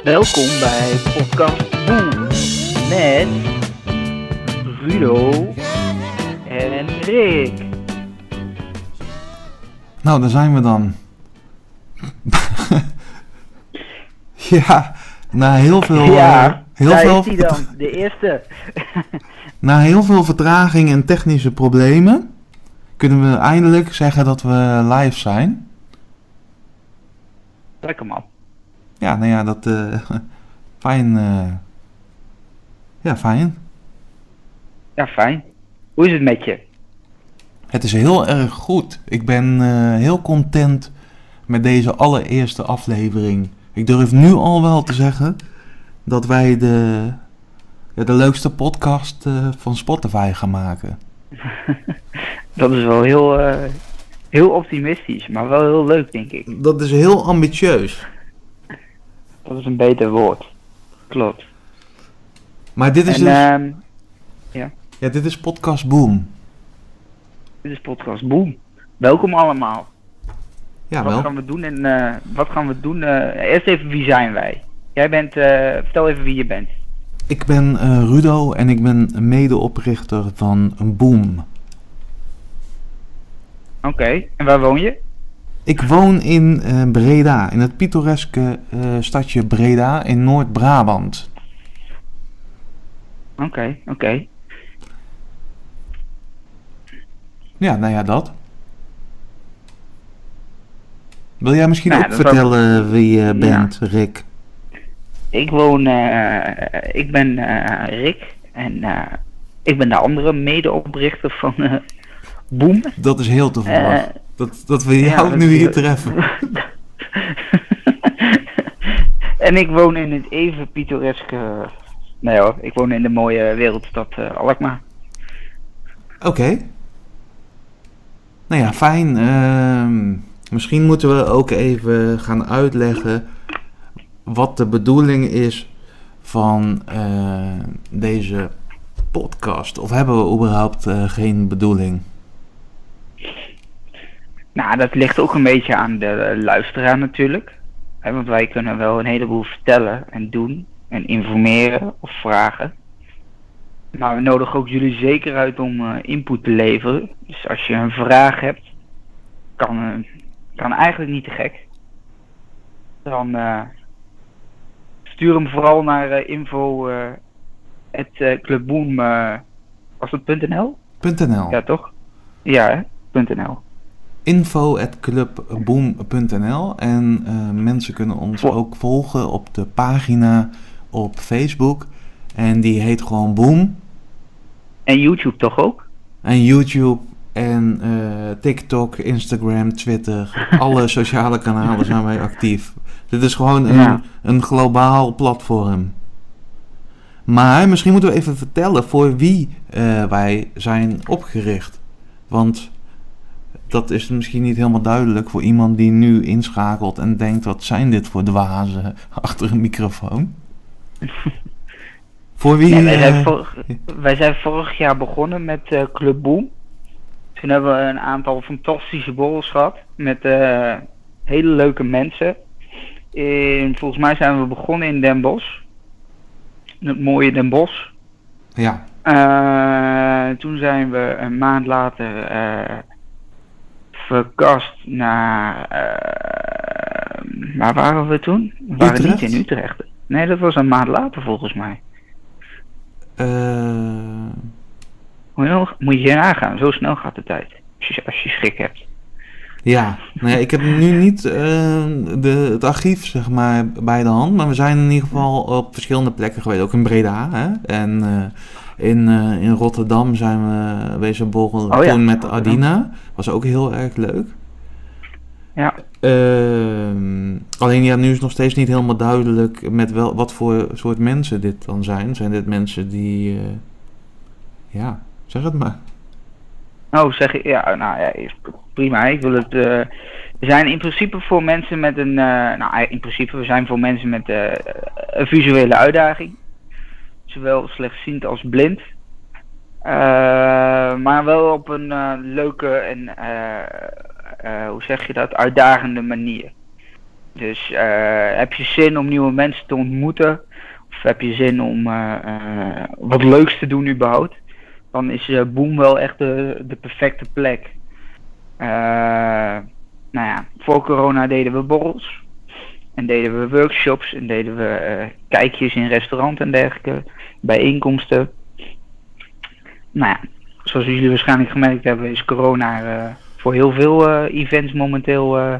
Welkom bij podcast Boom met Rudo en Rick. Nou, daar zijn we dan. Ja, na heel veel... Ja, daar veel is hij dan, de eerste. Na heel veel vertraging en technische problemen kunnen we eindelijk zeggen dat we live zijn. Lekker man. Ja, nou ja, dat... fijn. Ja, fijn. Ja, fijn. Hoe is het met je? Het is heel erg goed. Ik ben heel content met deze allereerste aflevering. Ik durf nu al wel te zeggen dat wij de leukste podcast van Spotify gaan maken. Dat is wel heel optimistisch, maar wel heel leuk, denk ik. Dat is heel ambitieus. Dat is een beter woord. Klopt. Maar dit is ja. Ja, dit is podcast Boom. Dit is podcast Boom. Welkom allemaal. Ja, Wat wel. gaan we doen wat gaan we doen? Eerst even, wie zijn wij? Jij bent, vertel even wie je bent. Ik ben Rudo en ik ben medeoprichter van Boom. Oké, en waar woon je? Ik woon in Breda, in het pittoreske stadje Breda in Noord-Brabant. Oké. Ja, nou ja, dat. Wil jij misschien Nou, ook dat vertellen wie je bent, Rick? Ik ben Rick en ik ben de andere medeoprichter van Boom. Dat is heel toevallig. Dat we jou nu hier treffen. En ik woon in het even pittoreske... Nee hoor, ik woon in de mooie wereldstad Alkmaar. Oké. Nou ja, fijn. Misschien moeten we ook even gaan uitleggen wat de bedoeling is van deze podcast. Of hebben we überhaupt geen bedoeling? Nou, dat ligt ook een beetje aan de luisteraar natuurlijk. Want wij kunnen wel een heleboel vertellen en doen en informeren of vragen. Maar we nodigen ook jullie zeker uit om input te leveren. Dus als je een vraag hebt, kan eigenlijk niet te gek. Dan stuur hem vooral naar info@clubboom. Was het .nl? .nl. Ja, toch? Ja, hè? .nl. info@clubboom.nl en mensen kunnen ons ook volgen op de pagina op Facebook. En die heet gewoon Boom. En YouTube toch ook? En YouTube en TikTok, Instagram, Twitter. Alle sociale kanalen zijn wij actief. Dit is gewoon een globaal platform. Maar misschien moeten we even vertellen voor wie wij zijn opgericht. Want dat is misschien niet helemaal duidelijk voor iemand die nu inschakelt en denkt, wat zijn dit voor dwazen achter een microfoon? Voor wie... Nee, wij zijn vorig jaar begonnen met Club Boom. Toen hebben we een aantal fantastische borrels gehad met hele leuke mensen. Volgens mij zijn we begonnen in Den Bosch. In het mooie Den Bosch. Ja. Toen zijn we een maand later verkast naar... waar waren we toen? We waren Utrecht? niet in Utrecht. Nee, dat was een maand later volgens mij. Moet je nagaan, zo snel gaat de tijd. Als je schrik hebt. Ja, nou ja, ik heb nu niet het archief zeg maar bij de hand, maar we zijn in ieder geval op verschillende plekken geweest, ook in Breda, hè? En in Rotterdam zijn we wezen borrelen toen met Adina, was ook heel erg leuk. Ja. Alleen ja, nu is nog steeds niet helemaal duidelijk met wat voor soort mensen dit dan zijn. Zijn dit mensen die, ja, zeg het maar. Oh, zeg je, ja, nou ja, prima. Ik wil het. We zijn in principe voor mensen met een. We zijn voor mensen met een visuele uitdaging. Zowel slechtziend als blind. Maar wel op een leuke en, hoe zeg je dat, uitdagende manier. Dus heb je zin om nieuwe mensen te ontmoeten, of heb je zin om wat leuks te doen überhaupt, dan is Boom wel echt de perfecte plek. Nou ja, voor corona deden we borrels en deden we workshops en deden we kijkjes in restaurants en dergelijke, bijeenkomsten. Nou ja, zoals jullie waarschijnlijk gemerkt hebben is corona voor heel veel events momenteel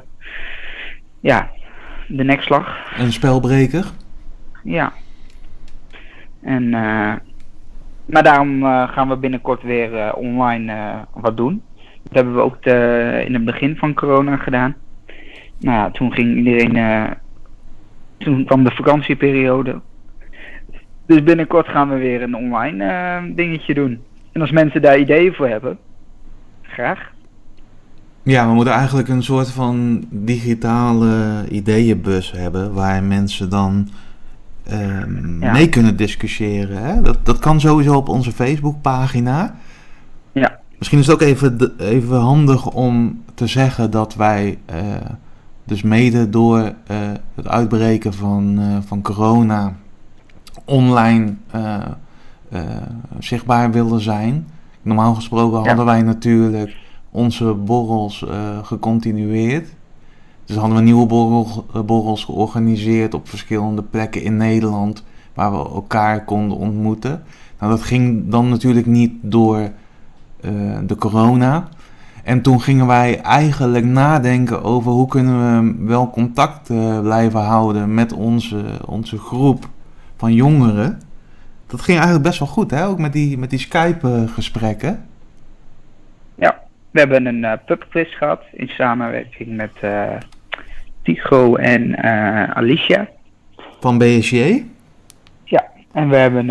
de nekslag. Een spelbreker. Ja. En, maar daarom gaan we binnenkort weer online wat doen. Dat hebben we ook in het begin van corona gedaan. Nou ja, toen ging iedereen... toen kwam de vakantieperiode. Dus binnenkort gaan we weer een online dingetje doen. En als mensen daar ideeën voor hebben, graag. Ja, we moeten eigenlijk een soort van digitale ideeënbus hebben, waar mensen dan mee kunnen discussiëren. Hè? Dat kan sowieso op onze Facebookpagina. Ja. Misschien is het ook even handig om te zeggen dat wij dus mede door het uitbreken van corona online zichtbaar willen zijn. Normaal gesproken hadden wij natuurlijk onze borrels gecontinueerd. Dus hadden we nieuwe borrels georganiseerd op verschillende plekken in Nederland waar we elkaar konden ontmoeten. Nou, dat ging dan natuurlijk niet door de corona. En toen gingen wij eigenlijk nadenken over hoe kunnen we wel contact blijven houden met onze groep van jongeren. Dat ging eigenlijk best wel goed, hè? Ook met die Skype-gesprekken. Ja, we hebben een pubquiz gehad in samenwerking met Tycho en Alicia. Van BSJ? Ja, en we hebben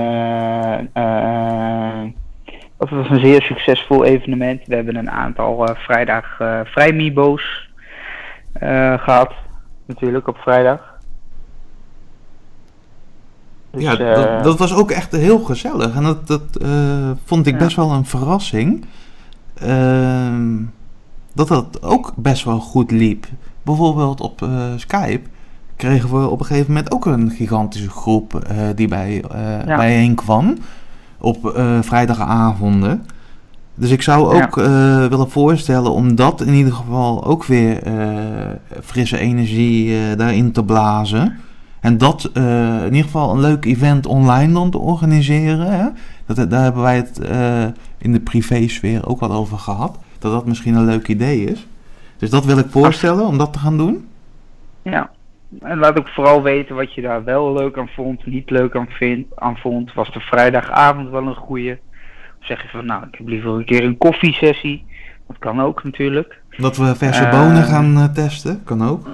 dat was een zeer succesvol evenement. We hebben een aantal vrijdag vrijmibo's gehad, natuurlijk op vrijdag. Dus, ja, dat was ook echt heel gezellig. En dat vond ik best wel een verrassing. Dat ook best wel goed liep. Bijvoorbeeld op Skype kregen we op een gegeven moment ook een gigantische groep die bijeen kwam. Op vrijdagavonden. Dus ik zou ook willen voorstellen om dat in ieder geval ook weer frisse energie daarin te blazen. En dat in ieder geval een leuk event online dan te organiseren. Hè? Daar hebben wij het in de privésfeer ook wat over gehad. Dat misschien een leuk idee is. Dus dat wil ik voorstellen om dat te gaan doen. Ja, en laat ook vooral weten wat je daar wel leuk aan vond, niet leuk aan vond. Was de vrijdagavond wel een goeie? Of zeg je van nou, ik heb liever een keer een koffiesessie. Dat kan ook natuurlijk. Dat we verse bonen gaan testen, kan ook.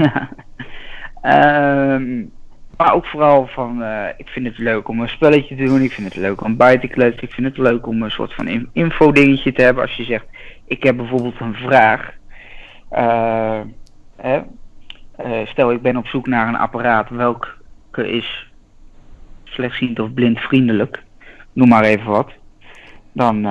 Maar ook vooral van, ik vind het leuk om een spelletje te doen, ik vind het leuk om bij te kletsen, ik vind het leuk om een soort van info dingetje te hebben. Als je zegt, ik heb bijvoorbeeld een vraag, stel ik ben op zoek naar een apparaat, welke is slechtziend of blindvriendelijk, noem maar even wat, dan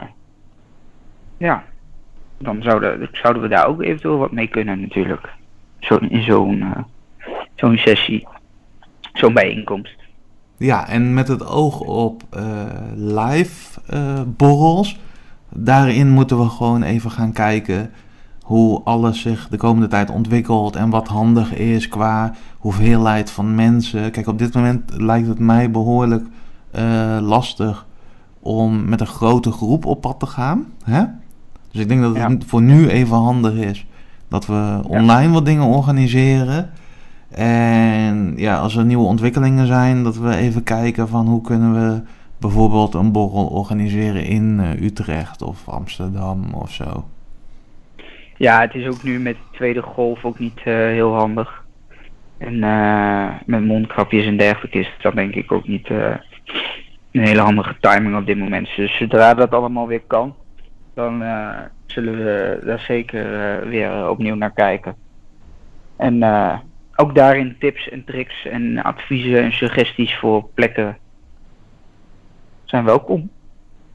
zouden we daar ook eventueel wat mee kunnen natuurlijk, in zo'n sessie, zo'n bijeenkomst. Ja, en met het oog op live borrels, daarin moeten we gewoon even gaan kijken hoe alles zich de komende tijd ontwikkelt en wat handig is qua hoeveelheid van mensen. Kijk, op dit moment lijkt het mij behoorlijk lastig om met een grote groep op pad te gaan. Hè? Dus ik denk dat het voor nu even handig is dat we online wat dingen organiseren. En ja, als er nieuwe ontwikkelingen zijn, dat we even kijken van hoe kunnen we bijvoorbeeld een borrel organiseren in Utrecht of Amsterdam of zo. Ja, het is ook nu met de tweede golf ook niet heel handig. En met mondkapjes en dergelijke is dat denk ik ook niet een hele handige timing op dit moment. Dus zodra dat allemaal weer kan, dan zullen we daar zeker weer opnieuw naar kijken. En ook daarin tips en tricks en adviezen en suggesties voor plekken zijn welkom.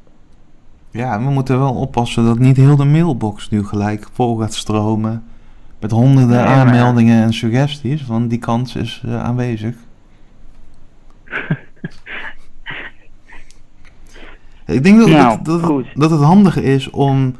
Ja, we moeten wel oppassen dat niet heel de mailbox nu gelijk vol gaat stromen Met honderden Nee, aanmeldingen en suggesties, want die kans is aanwezig. Ik denk dat het handig is om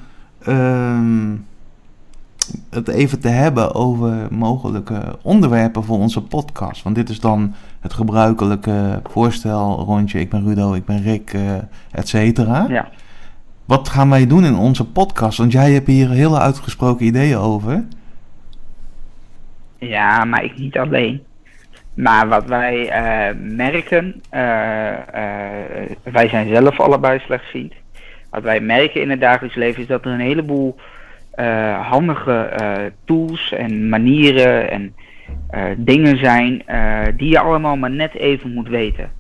het even te hebben over mogelijke onderwerpen voor onze podcast. Want dit is dan het gebruikelijke voorstelrondje. Ik ben Rudo, ik ben Rick, et cetera. Ja. Wat gaan wij doen in onze podcast? Want jij hebt hier hele uitgesproken ideeën over. Ja, maar ik niet alleen. Maar wat wij merken, wij zijn zelf allebei slechtziend. Wat wij merken in het dagelijks leven is dat er een heleboel handige tools en manieren en dingen zijn die je allemaal maar net even moet weten.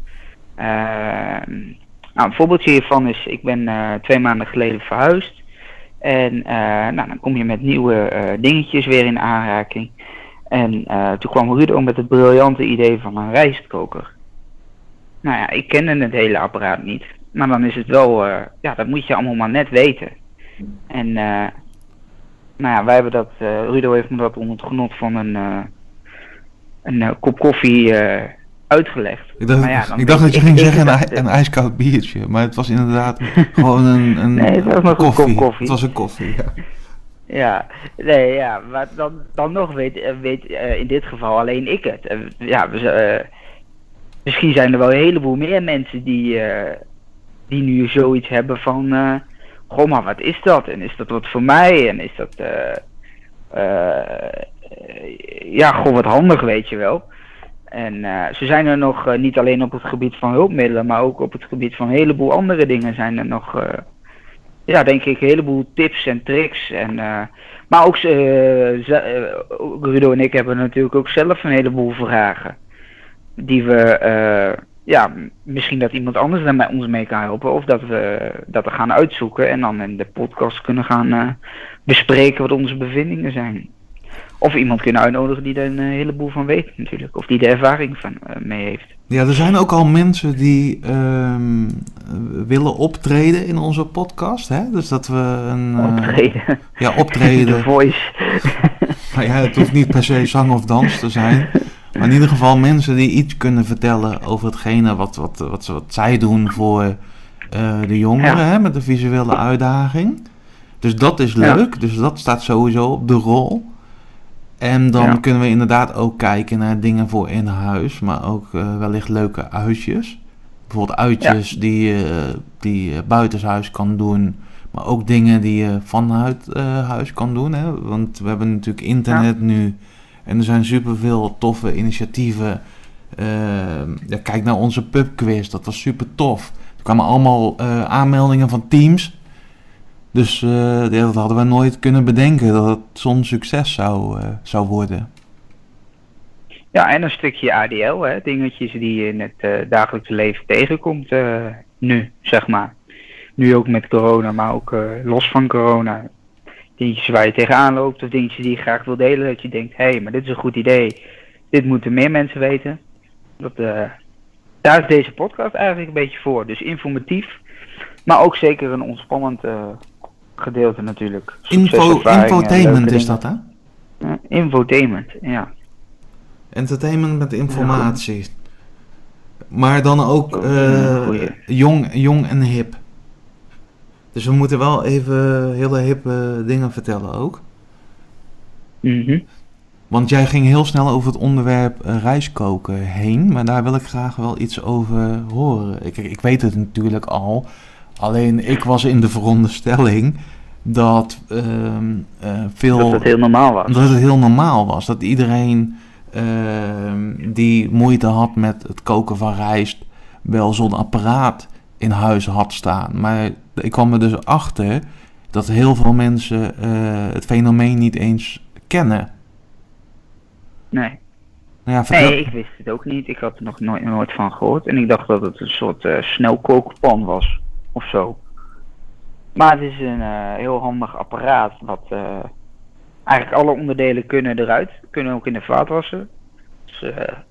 Een voorbeeldje hiervan is, ik ben 2 maanden geleden verhuisd. En dan kom je met nieuwe dingetjes weer in aanraking. En toen kwam Rudo met het briljante idee van een rijstkoker. Nou ja, ik kende het hele apparaat niet. Maar dan is het wel, dat moet je allemaal maar net weten. En wij hebben dat, Rudo heeft me dat onder het genot van een kop koffie uitgelegd. Ik dacht dat je ging zeggen een ijskoud biertje, maar het was inderdaad gewoon een nee, het was nog koffie. Een kop koffie. Het was een koffie, ja. Maar dan nog weet in dit geval alleen ik het. Misschien zijn er wel een heleboel meer mensen die nu zoiets hebben van, goh, maar wat is dat? En is dat wat voor mij? En is dat, wat handig, weet je wel. En ze zijn er nog niet alleen op het gebied van hulpmiddelen, maar ook op het gebied van een heleboel andere dingen zijn er nog, denk ik, een heleboel tips en tricks. En, maar ook Rudo en ik hebben natuurlijk ook zelf een heleboel vragen. Die we, misschien dat iemand anders daar ons mee kan helpen. Of dat we gaan uitzoeken en dan in de podcast kunnen gaan bespreken wat onze bevindingen zijn. Of iemand kunnen uitnodigen die er een heleboel van weet natuurlijk. Of die de ervaring van mee heeft. Ja, er zijn ook al mensen die willen optreden in onze podcast. Hè? Dus dat we optreden? Ja, optreden. The Voice. Nou ja, het hoeft niet per se zang of dans te zijn. Maar in ieder geval mensen die iets kunnen vertellen over hetgene wat zij doen voor de jongeren. Hè? Met de visuele uitdaging. Dus dat is leuk. Ja. Dus dat staat sowieso op de rol. En dan kunnen we inderdaad ook kijken naar dingen voor in huis, maar ook wellicht leuke uitjes. Bijvoorbeeld uitjes die je buitenshuis kan doen, maar ook dingen die je vanuit huis kan doen. Hè? Want we hebben natuurlijk internet nu en er zijn superveel toffe initiatieven. Kijk naar onze pubquiz, dat was super tof. Er kwamen allemaal aanmeldingen van teams. Dus dat hadden we nooit kunnen bedenken dat het zo'n succes zou worden. Ja, en een stukje ADL, hè? Dingetjes die je in het dagelijkse leven tegenkomt nu, zeg maar. Nu ook met corona, maar ook los van corona. Dingetjes waar je tegenaan loopt of dingetjes die je graag wil delen. Dat je denkt, hé, maar dit is een goed idee. Dit moeten meer mensen weten. Daar is deze podcast eigenlijk een beetje voor. Dus informatief, maar ook zeker een ontspannend gedeelte natuurlijk. Infotainment is dat, hè? Infotainment, ja. Entertainment met informatie. Maar dan ook jong en hip. Dus we moeten wel even hele hippe dingen vertellen ook. Mm-hmm. Want jij ging heel snel over het onderwerp rijstkoken heen. Maar daar wil ik graag wel iets over horen. Ik weet het natuurlijk al. Alleen ik was in de veronderstelling dat dat het heel normaal was. Dat het heel normaal was. Dat iedereen die moeite had met het koken van rijst wel zo'n apparaat in huis had staan. Maar ik kwam er dus achter dat heel veel mensen het fenomeen niet eens kennen. Nee. Nou ja, nee, ik wist het ook niet. Ik had er nog nooit van gehoord. En ik dacht dat het een soort snelkookpan was. Of zo. Maar het is een heel handig apparaat. Wat eigenlijk alle onderdelen kunnen eruit. Kunnen ook in de vaatwasser. Dus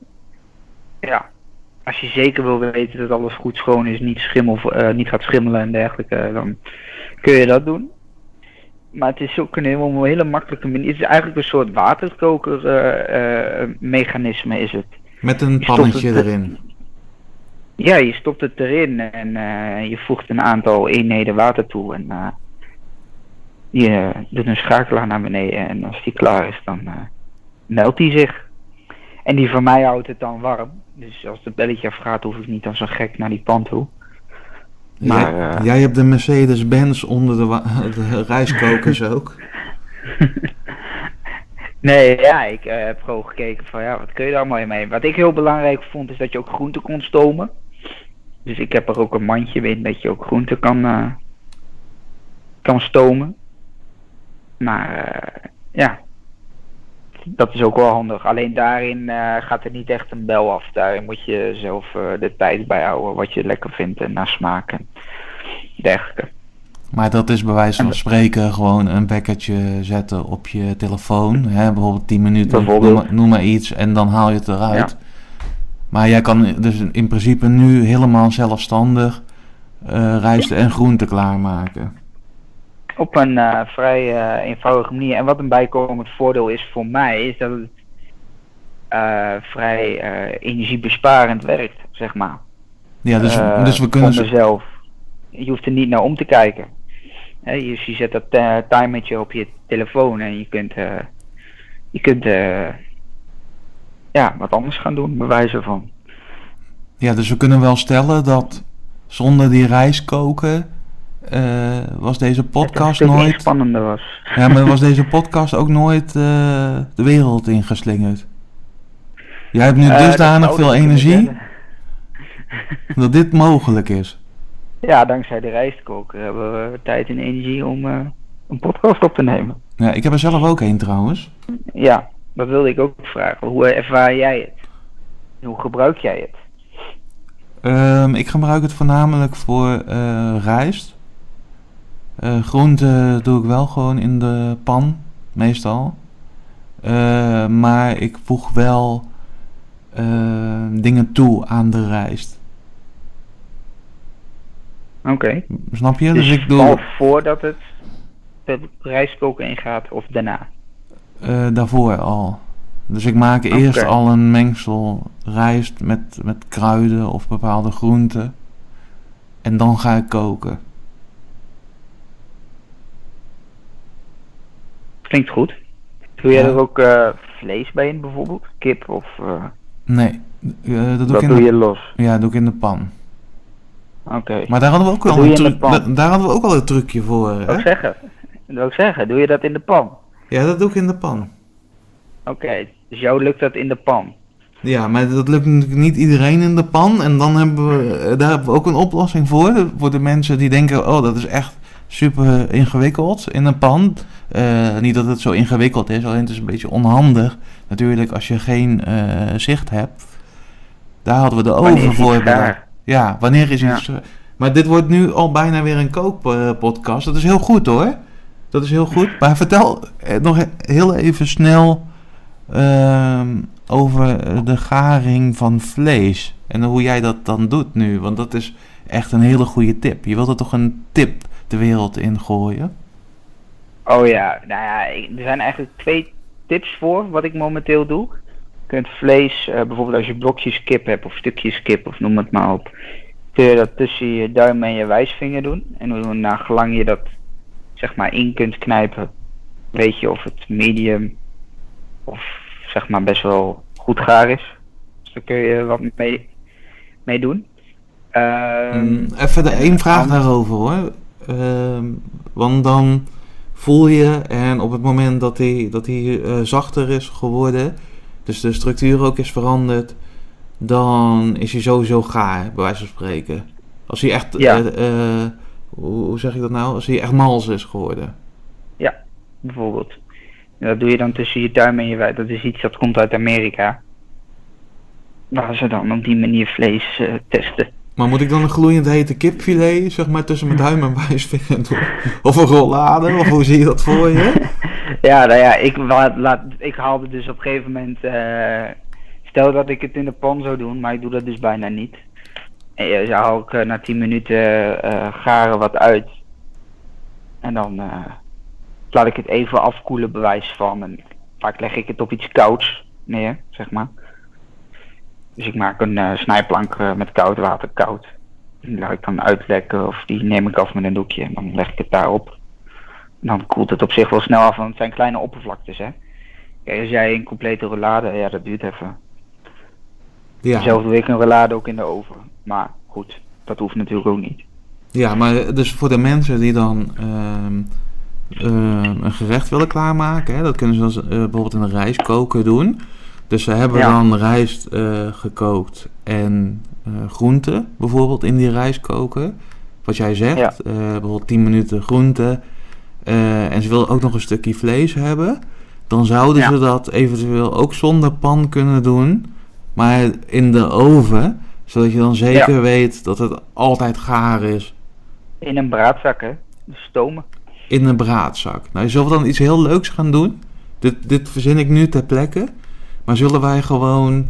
als je zeker wil weten dat alles goed schoon is. Niet gaat schimmelen en dergelijke. Dan kun je dat doen. Maar het is ook een hele makkelijke manier. Het is eigenlijk een soort waterkoker mechanisme is het. Met een pannetje erin. Ja, je stopt het erin en je voegt een aantal eenheden water toe en je doet een schakelaar naar beneden en als die klaar is dan meldt die zich. En die van mij houdt het dan warm. Dus als het belletje afgaat hoef ik niet als een gek naar die pan toe. Maar, jij hebt de Mercedes-Benz onder de rijstkokers ook. Nee, ja, ik heb gewoon gekeken van ja, wat kun je daar allemaal mee. Wat ik heel belangrijk vond is dat je ook groenten kon stomen. Dus ik heb er ook een mandje in dat je ook groenten kan stomen. Maar ja, dat is ook wel handig. Alleen daarin gaat er niet echt een bel af. Daarin moet je zelf de tijd bijhouden wat je lekker vindt en naar smaak en dergelijke. Maar dat is bij wijze van spreken gewoon een wekkertje zetten op je telefoon. Hè? Bijvoorbeeld 10 minuten, noem maar iets en dan haal je het eruit. Ja. Maar jij kan dus in principe nu helemaal zelfstandig rijst en groenten klaarmaken. Op een vrij eenvoudige manier. En wat een bijkomend voordeel is voor mij, is dat het vrij energiebesparend werkt, zeg maar. Ja, dus we kunnen... Voor mezelf. Je hoeft er niet naar om te kijken. Dus je zet dat timertje op je telefoon en je kunt wat anders gaan doen, bij wijze van. Ja, dus we kunnen wel stellen dat zonder die rijst koken was deze podcast nooit spannender was. Ja, maar was deze podcast ook nooit de wereld ingeslingerd? Jij hebt nu dusdanig veel energie dat dit mogelijk is. Ja, dankzij de rijstkoker hebben we tijd en energie om een podcast op te nemen. Ja, ik heb er zelf ook een trouwens. Ja, dat wilde ik ook vragen. Hoe ervaar jij het? Hoe gebruik jij het? Ik gebruik het voornamelijk voor rijst. Groenten doe ik wel gewoon in de pan, meestal. Maar ik voeg wel dingen toe aan de rijst. Oké. Snap je? Dus ik doe al voordat het de rijstkoker ingaat of daarna? Daarvoor al. Dus ik maak eerst al een mengsel rijst met kruiden of bepaalde groenten. En dan ga ik koken. Klinkt goed. Doe jij er ook vlees bij in bijvoorbeeld? Kip of... Nee. Dat doe je los? Ja, doe ik in de pan. Oké. Maar daar hadden we ook wel daar hadden we ook al een trucje voor. Dat wil ik zeggen. Doe je dat in de pan? Ja, dat doe ik in de pan. Oké, dus jou lukt dat in de pan? Ja, maar dat lukt natuurlijk niet iedereen in de pan. En dan daar hebben we ook een oplossing voor. Voor de mensen die denken, oh, dat is echt super ingewikkeld in een pan. Niet dat het zo ingewikkeld is, alleen het is een beetje onhandig. Natuurlijk, als je geen zicht hebt. Daar hadden we de oven voor. Ja, wanneer is iets... Maar dit wordt nu al bijna weer een kookpodcast. Dat is heel goed hoor. Dat is heel goed. Maar vertel nog heel even snel over de garing van vlees. En hoe jij dat dan doet nu. Want dat is echt een hele goede tip. Je wilt er toch een tip de wereld in gooien? Oh ja, nou ja, er zijn eigenlijk 2 tips voor wat ik momenteel doe. Je kunt vlees, bijvoorbeeld als je blokjes kip hebt of stukjes kip of noem het maar op, kun je dat tussen je duim en je wijsvinger doen. En na gelang je dat zeg maar in kunt knijpen, weet je of het medium of zeg maar best wel goed gaar is. Dus daar kun je wat mee doen. Even één vraag daarover hoor. Want dan voel je en op het moment dat hij zachter is geworden, dus de structuur ook is veranderd, dan is hij sowieso gaar, bij wijze van spreken. Als hij echt, hoe zeg ik dat nou? Als hij echt mals is geworden. Ja, bijvoorbeeld. Dat doe je dan tussen je duim en je wijs. Dat is iets dat komt uit Amerika. Waar ze dan op die manier vlees testen. Maar moet ik dan een gloeiend hete kipfilet, zeg maar, tussen mijn duim en wijsvinger doen? Of een rollade? Of hoe zie je dat voor je? Ja, nou ja, ik haalde dus op een gegeven moment... stel dat ik het in de pan zou doen, maar ik doe dat dus bijna niet. En dan haal ik na 10 minuten garen wat uit. En dan laat ik het even afkoelen, bewijs van. En vaak leg ik het op iets kouds neer, zeg maar. Dus ik maak een snijplank met koud water koud. Die laat ik dan uitlekken of die neem ik af met een doekje en dan leg ik het daarop. Dan koelt het op zich wel snel af, want het zijn kleine oppervlaktes, hè. Kijk, als jij een complete rollade, ja, dat duurt even. Ja. Zelf doe ik een rollade ook in de oven. Maar goed, dat hoeft natuurlijk ook niet. Ja, maar dus voor de mensen die dan een gerecht willen klaarmaken, hè, dat kunnen ze dus, bijvoorbeeld in een rijstkoker doen. Dus ze hebben dan rijst gekookt en groenten bijvoorbeeld in die rijstkoker. Wat jij zegt, bijvoorbeeld 10 minuten groenten. En ze willen ook nog een stukje vlees hebben. Dan zouden ze dat eventueel ook zonder pan kunnen doen. Maar in de oven, zodat je dan zeker weet dat het altijd gaar is. In een braadzak, hè? Dus stomen. In een braadzak. Nou, zullen we dan iets heel leuks gaan doen? Dit verzin ik nu ter plekke. Maar zullen wij gewoon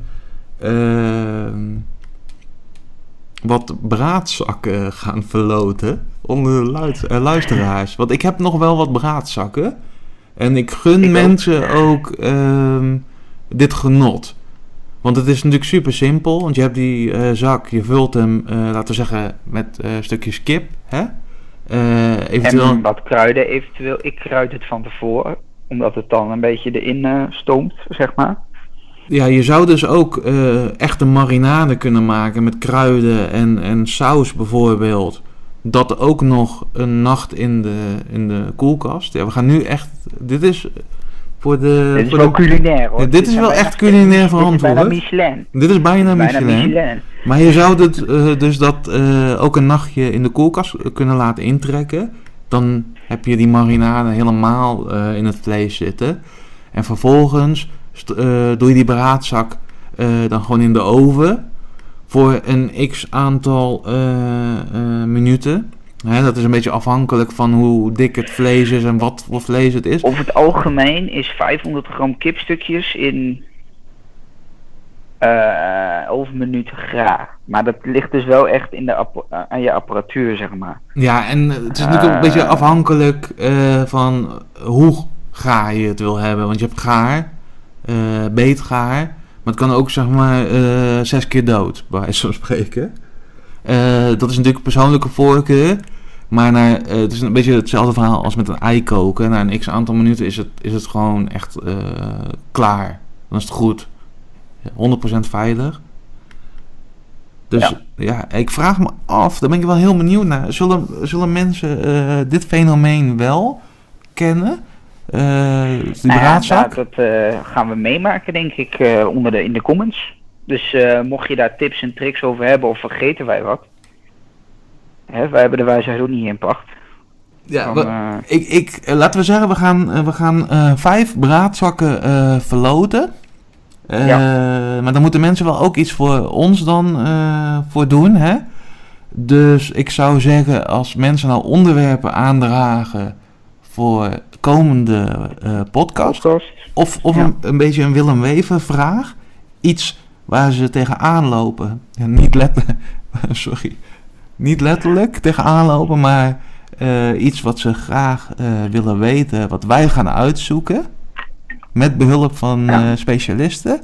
wat braadzakken gaan verloten onder de luisteraars? Want ik heb nog wel wat braadzakken. En ik gun mensen ook dit genot. Want het is natuurlijk super simpel. Want je hebt die zak, je vult hem, laten we zeggen, met stukjes kip. Hè? Eventueel... En wat kruiden eventueel. Ik kruid het van tevoren. Omdat het dan een beetje erin stoomt, zeg maar. Ja, je zou dus ook echt een marinade kunnen maken met kruiden en saus bijvoorbeeld. Dat ook nog een nacht in de koelkast. Ja, we gaan nu echt... Dit is voor de... Dit is wel culinair, hoor. Dit is wel echt culinair verantwoord. Dit is bijna Michelin. Dit is bijna Michelin. Maar je zou het, dus dat ook een nachtje in de koelkast kunnen laten intrekken. Dan heb je die marinade helemaal in het vlees zitten. En vervolgens doe je die braadzak dan gewoon in de oven voor een x aantal minuten. Hè, dat is een beetje afhankelijk van hoe dik het vlees is en wat voor vlees het is. Over het algemeen is 500 gram kipstukjes in 11 minuten gaar. Maar dat ligt dus wel echt in aan je apparatuur, zeg maar. Ja, en het is natuurlijk een beetje afhankelijk van hoe gaar je het wil hebben. Want je hebt gaar, beetgaar, maar het kan ook zeg maar 6 keer dood, bij wijze van spreken. Dat is natuurlijk persoonlijke voorkeur. Maar het is een beetje hetzelfde verhaal als met een ei koken. Na een x aantal minuten is het gewoon echt klaar. Dan is het goed. 100% veilig. Dus ja, ik vraag me af, daar ben ik wel heel benieuwd naar. Zullen mensen dit fenomeen wel kennen? Die braadzak? Dat gaan we meemaken, denk ik, in de comments. Dus mocht je daar tips en tricks over hebben of vergeten wij wat. Hè, wij hebben de wijsheid ook niet in pacht. Ja, laten we zeggen, we gaan 5 braadzakken verloten. Maar dan moeten mensen wel ook iets voor ons dan voor doen, hè? Dus ik zou zeggen, als mensen nou onderwerpen aandragen voor komende podcast. Of een beetje een Willem Wever vraag. Iets waar ze tegenaan lopen. Ja, niet letterlijk tegenaan lopen, maar iets wat ze graag willen weten, wat wij gaan uitzoeken. Met behulp van specialisten.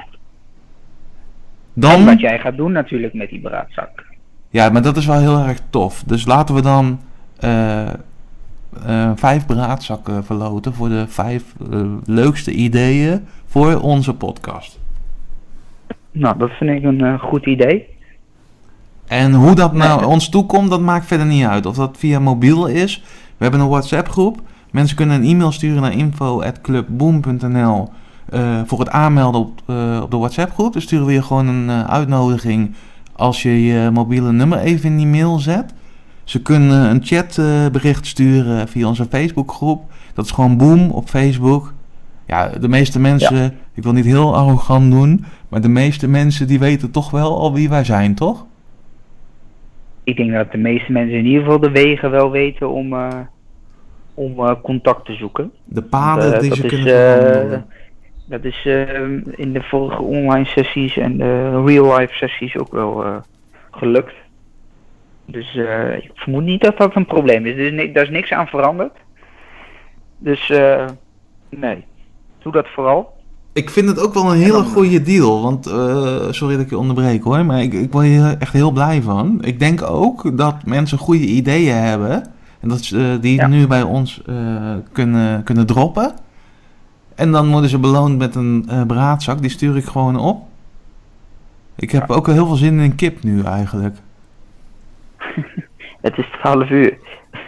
En wat jij gaat doen natuurlijk met die braadzak. Ja, maar dat is wel heel erg tof. Dus laten we dan 5 braadzakken verloten voor de 5 leukste ideeën voor onze podcast. Nou, dat vind ik een goed idee. En hoe dat nou ons toekomt, dat maakt verder niet uit. Of dat via mobiel is. We hebben een WhatsApp groep. Mensen kunnen een e-mail sturen naar info@clubboom.nl voor het aanmelden op de WhatsApp groep. Dan sturen we je gewoon een uitnodiging als je je mobiele nummer even in die mail zet. Ze kunnen een chatbericht sturen via onze Facebook groep. Dat is gewoon Boom op Facebook. Ja, de meeste mensen, ik wil niet heel arrogant doen, maar de meeste mensen die weten toch wel al wie wij zijn, toch? Ik denk dat de meeste mensen in ieder geval de wegen wel weten om contact te zoeken. De paden die ze kunnen veranderen. Dat is in de vorige online sessies en de real life sessies ook wel gelukt. Dus ik vermoed niet dat dat een probleem is. Daar is niks aan veranderd. Dus nee, doe dat vooral. Ik vind het ook wel een hele goede deal, want sorry dat ik je onderbreek hoor, maar ik word hier echt heel blij van. Ik denk ook dat mensen goede ideeën hebben en dat ze die nu bij ons kunnen droppen. En dan worden ze beloond met een braadzak, die stuur ik gewoon op. Ik heb ook heel veel zin in kip nu eigenlijk. Het is 12 uur.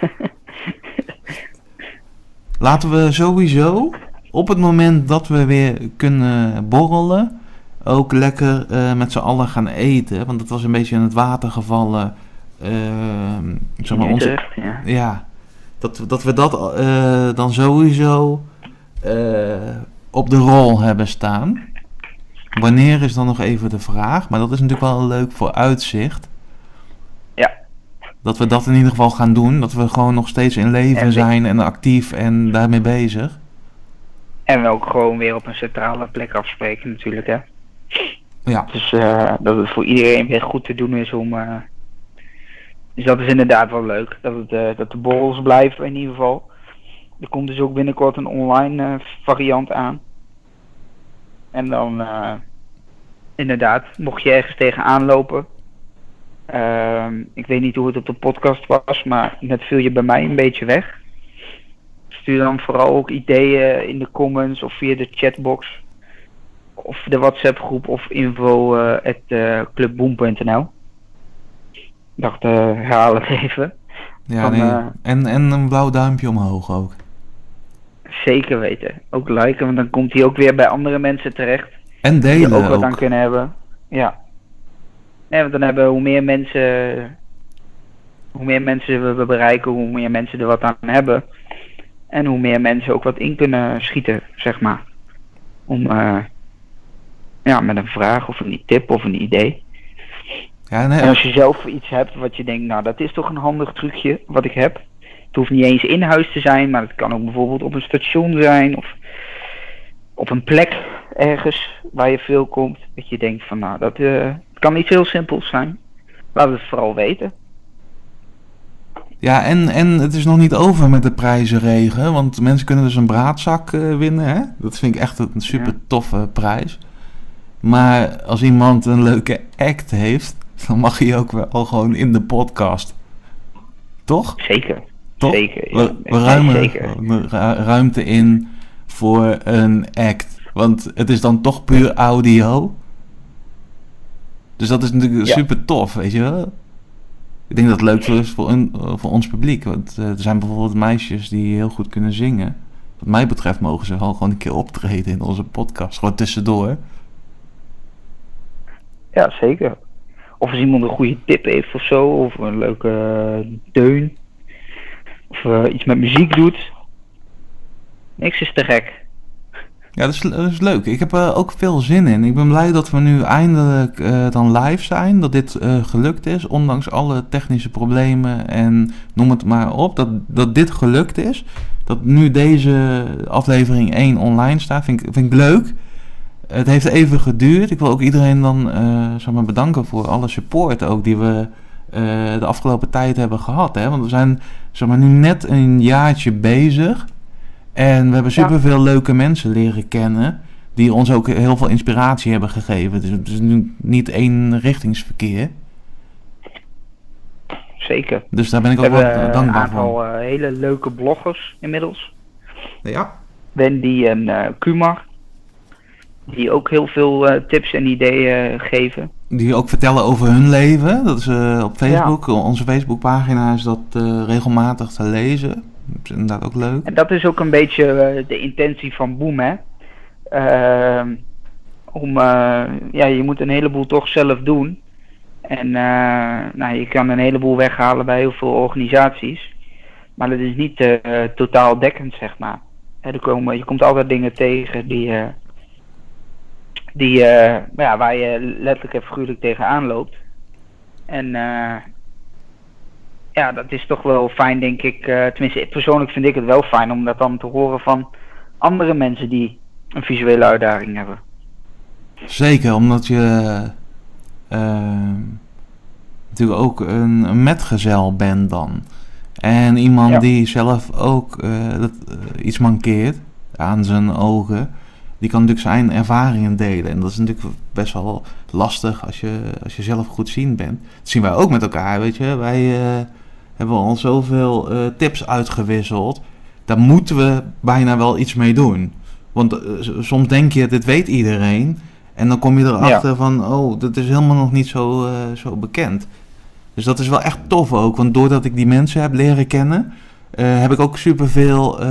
Laten we sowieso op het moment dat we weer kunnen borrelen, ook lekker met z'n allen gaan eten. Want het was een beetje in het water gevallen. Zeg maar Utrecht, ja, dat we dat dan sowieso op de rol hebben staan. Wanneer is dan nog even de vraag. Maar dat is natuurlijk wel leuk voor uitzicht. Ja. Dat we dat in ieder geval gaan doen. Dat we gewoon nog steeds in leven zijn en actief en daarmee bezig. En we ook gewoon weer op een centrale plek afspreken natuurlijk, hè. Ja. Dus dat het voor iedereen weer goed te doen is om... Dus dat is inderdaad wel leuk. Dat de borrels blijven in ieder geval. Er komt dus ook binnenkort een online variant aan. En dan inderdaad, mocht je ergens tegenaan lopen. Ik weet niet hoe het op de podcast was, maar net viel je bij mij een beetje weg. Stuur dan vooral ook ideeën in de comments of via de chatbox. Of de WhatsApp groep of info@clubboom.nl. Ik dacht, herhaal het even. Ja, en een blauw duimpje omhoog ook. Zeker weten. Ook liken, want dan komt hij ook weer bij andere mensen terecht. En delen die ook wat ook aan kunnen hebben. Ja. Nee, want dan hebben hoe meer mensen we bereiken, hoe meer mensen er wat aan hebben. En hoe meer mensen ook wat in kunnen schieten, zeg maar. Om met een vraag of een tip of een idee. Ja, nee. En als je zelf iets hebt wat je denkt, nou dat is toch een handig trucje wat ik heb. Het hoeft niet eens in huis te zijn, maar het kan ook bijvoorbeeld op een station zijn of op een plek ergens waar je veel komt. Dat je denkt van nou, dat kan iets heel simpels zijn. Laat het vooral weten. Ja, en het is nog niet over met de prijzenregen, want mensen kunnen dus een braadzak winnen, hè? Dat vind ik echt een super toffe prijs. Maar als iemand een leuke act heeft, dan mag hij ook wel gewoon in de podcast. Toch? Zeker. Toch? Zeker. Ja. We ruimen ruimte in voor een act. Want het is dan toch puur audio. Dus dat is natuurlijk super tof, weet je wel? Ik denk dat het leuk is voor ons publiek. Want er zijn bijvoorbeeld meisjes die heel goed kunnen zingen. Wat mij betreft mogen ze wel gewoon een keer optreden in onze podcast. Gewoon tussendoor. Ja, zeker. Of als iemand een goede tip heeft of zo. Of een leuke deun. Of iets met muziek doet. Niks is te gek. Ja, dat is leuk. Ik heb er ook veel zin in. Ik ben blij dat we nu eindelijk dan live zijn. Dat dit gelukt is. Ondanks alle technische problemen en noem het maar op. Dat dit gelukt is. Dat nu deze aflevering 1 online staat. Vind ik leuk. Het heeft even geduurd. Ik wil ook iedereen dan bedanken voor alle support ook die we de afgelopen tijd hebben gehad. Hè? Want we zijn nu net een jaartje bezig. En we hebben superveel leuke mensen leren kennen. Die ons ook heel veel inspiratie hebben gegeven. Dus het is nu niet eenrichtingsverkeer. Zeker. Dus daar ben ik ook wel dankbaar voor. We hebben een aantal hele leuke bloggers inmiddels. Ja. Wendy en Kumar. Die ook heel veel tips en ideeën geven. Die ook vertellen over hun leven. Dat is op Facebook. Ja. Onze Facebookpagina is dat regelmatig te lezen. Dat is inderdaad ook leuk. En dat is ook een beetje de intentie van Boom, hè. Je moet een heleboel toch zelf doen. En je kan een heleboel weghalen bij heel veel organisaties. Maar dat is niet totaal dekkend, zeg maar. Je komt altijd dingen tegen waar je letterlijk en figuurlijk tegenaan loopt. En dat is toch wel fijn, denk ik. Tenminste, persoonlijk vind ik het wel fijn om dat dan te horen van andere mensen die een visuele uitdaging hebben. Zeker, omdat je natuurlijk ook een metgezel bent dan. En iemand Ja. die zelf ook iets mankeert aan zijn ogen, die kan natuurlijk zijn ervaringen delen. En dat is natuurlijk best wel lastig als je zelf goedziend bent. Dat zien wij ook met elkaar, weet je. Wij hebben al zoveel tips uitgewisseld. Daar moeten we bijna wel iets mee doen. Want soms denk je, dit weet iedereen. En dan kom je erachter van, oh, dat is helemaal nog niet zo bekend. Dus dat is wel echt tof ook. Want doordat ik die mensen heb leren kennen, heb ik ook superveel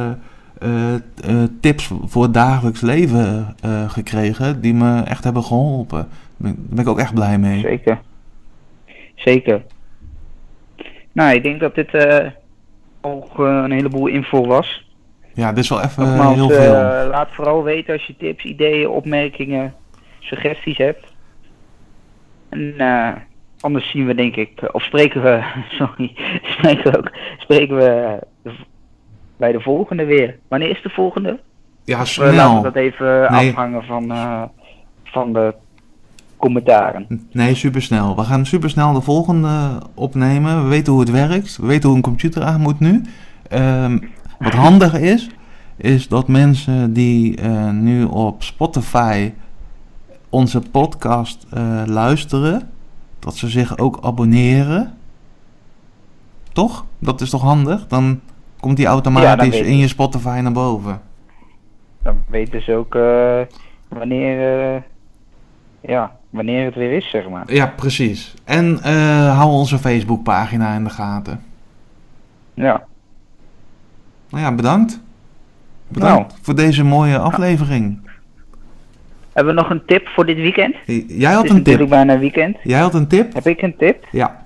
tips voor het dagelijks leven gekregen. Die me echt hebben geholpen. Daar ben ik ook echt blij mee. Zeker. Zeker. Nou, ik denk dat dit ook een heleboel info was. Ja, dit is wel even Nogmaals, heel veel. laat vooral weten als je tips, ideeën, opmerkingen, suggesties hebt. En anders zien we denk ik, of spreken we, spreken we bij de volgende weer. Wanneer is de volgende? Ja, Laten we snel. dat even afhangen van de commentaren. Nee, supersnel. We gaan supersnel de volgende opnemen. We weten hoe het werkt. We weten hoe een computer aan moet nu. Wat handig is dat mensen die nu op Spotify onze podcast luisteren, dat ze zich ook abonneren. Toch? Dat is toch handig? Dan komt die automatisch in je Spotify naar boven. Dan weten ze ook wanneer het weer is, zeg maar. Ja, precies. En hou onze Facebookpagina in de gaten. Ja. Nou ja, bedankt. Bedankt voor deze mooie aflevering. Hebben we nog een tip voor dit weekend? Jij had Het is een natuurlijk tip. bijna weekend. Jij had een tip? Heb ik een tip? Ja.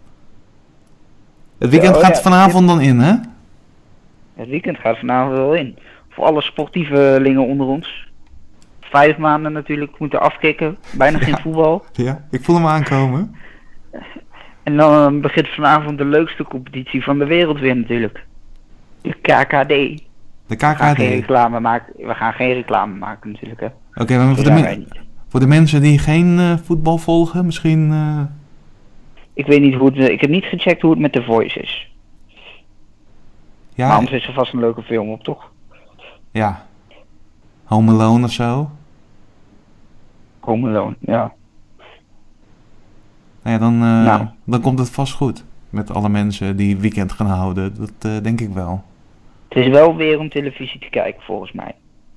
Het weekend gaat vanavond dan in, hè? Het weekend gaat vanavond wel in. Voor alle sportievelingen onder ons. 5 maanden natuurlijk moeten afkicken. Bijna geen voetbal. Ja, ik voel hem aankomen. En dan begint vanavond de leukste competitie van de wereld weer natuurlijk. De KKD. De We gaan geen KKD. reclame maken, natuurlijk, hè. Oké, maar voor, Dat zijn wij niet. voor de mensen die geen voetbal volgen, misschien... Ik weet niet hoe het... ik heb niet gecheckt hoe het met The Voice is. Maar Ja, anders is er vast een leuke film op, toch? ja. Home Alone of zo. Home Alone, ja. Nou ja, dan komt het vast goed. Met alle mensen die weekend gaan houden. Dat denk ik wel. Het is wel weer om televisie te kijken, volgens mij.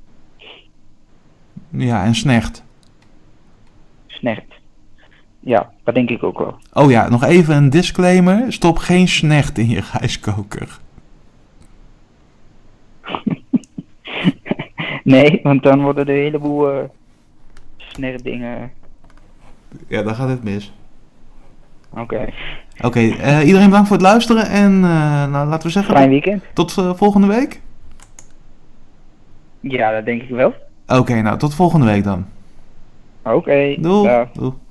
Ja, en Snecht. Snecht. Ja, dat denk ik ook wel. Oh ja, nog even een disclaimer. Stop geen Snecht in je rijstkoker. Nee, want dan worden er een heleboel Snecht-dingen... Ja, dan gaat het mis. Oké. Oké, iedereen bedankt voor het luisteren. En nou, laten we zeggen... Fijn weekend. Tot volgende week? Ja, dat denk ik wel. Oké, nou, tot volgende week dan. Oké. Doei. Dag. Doei.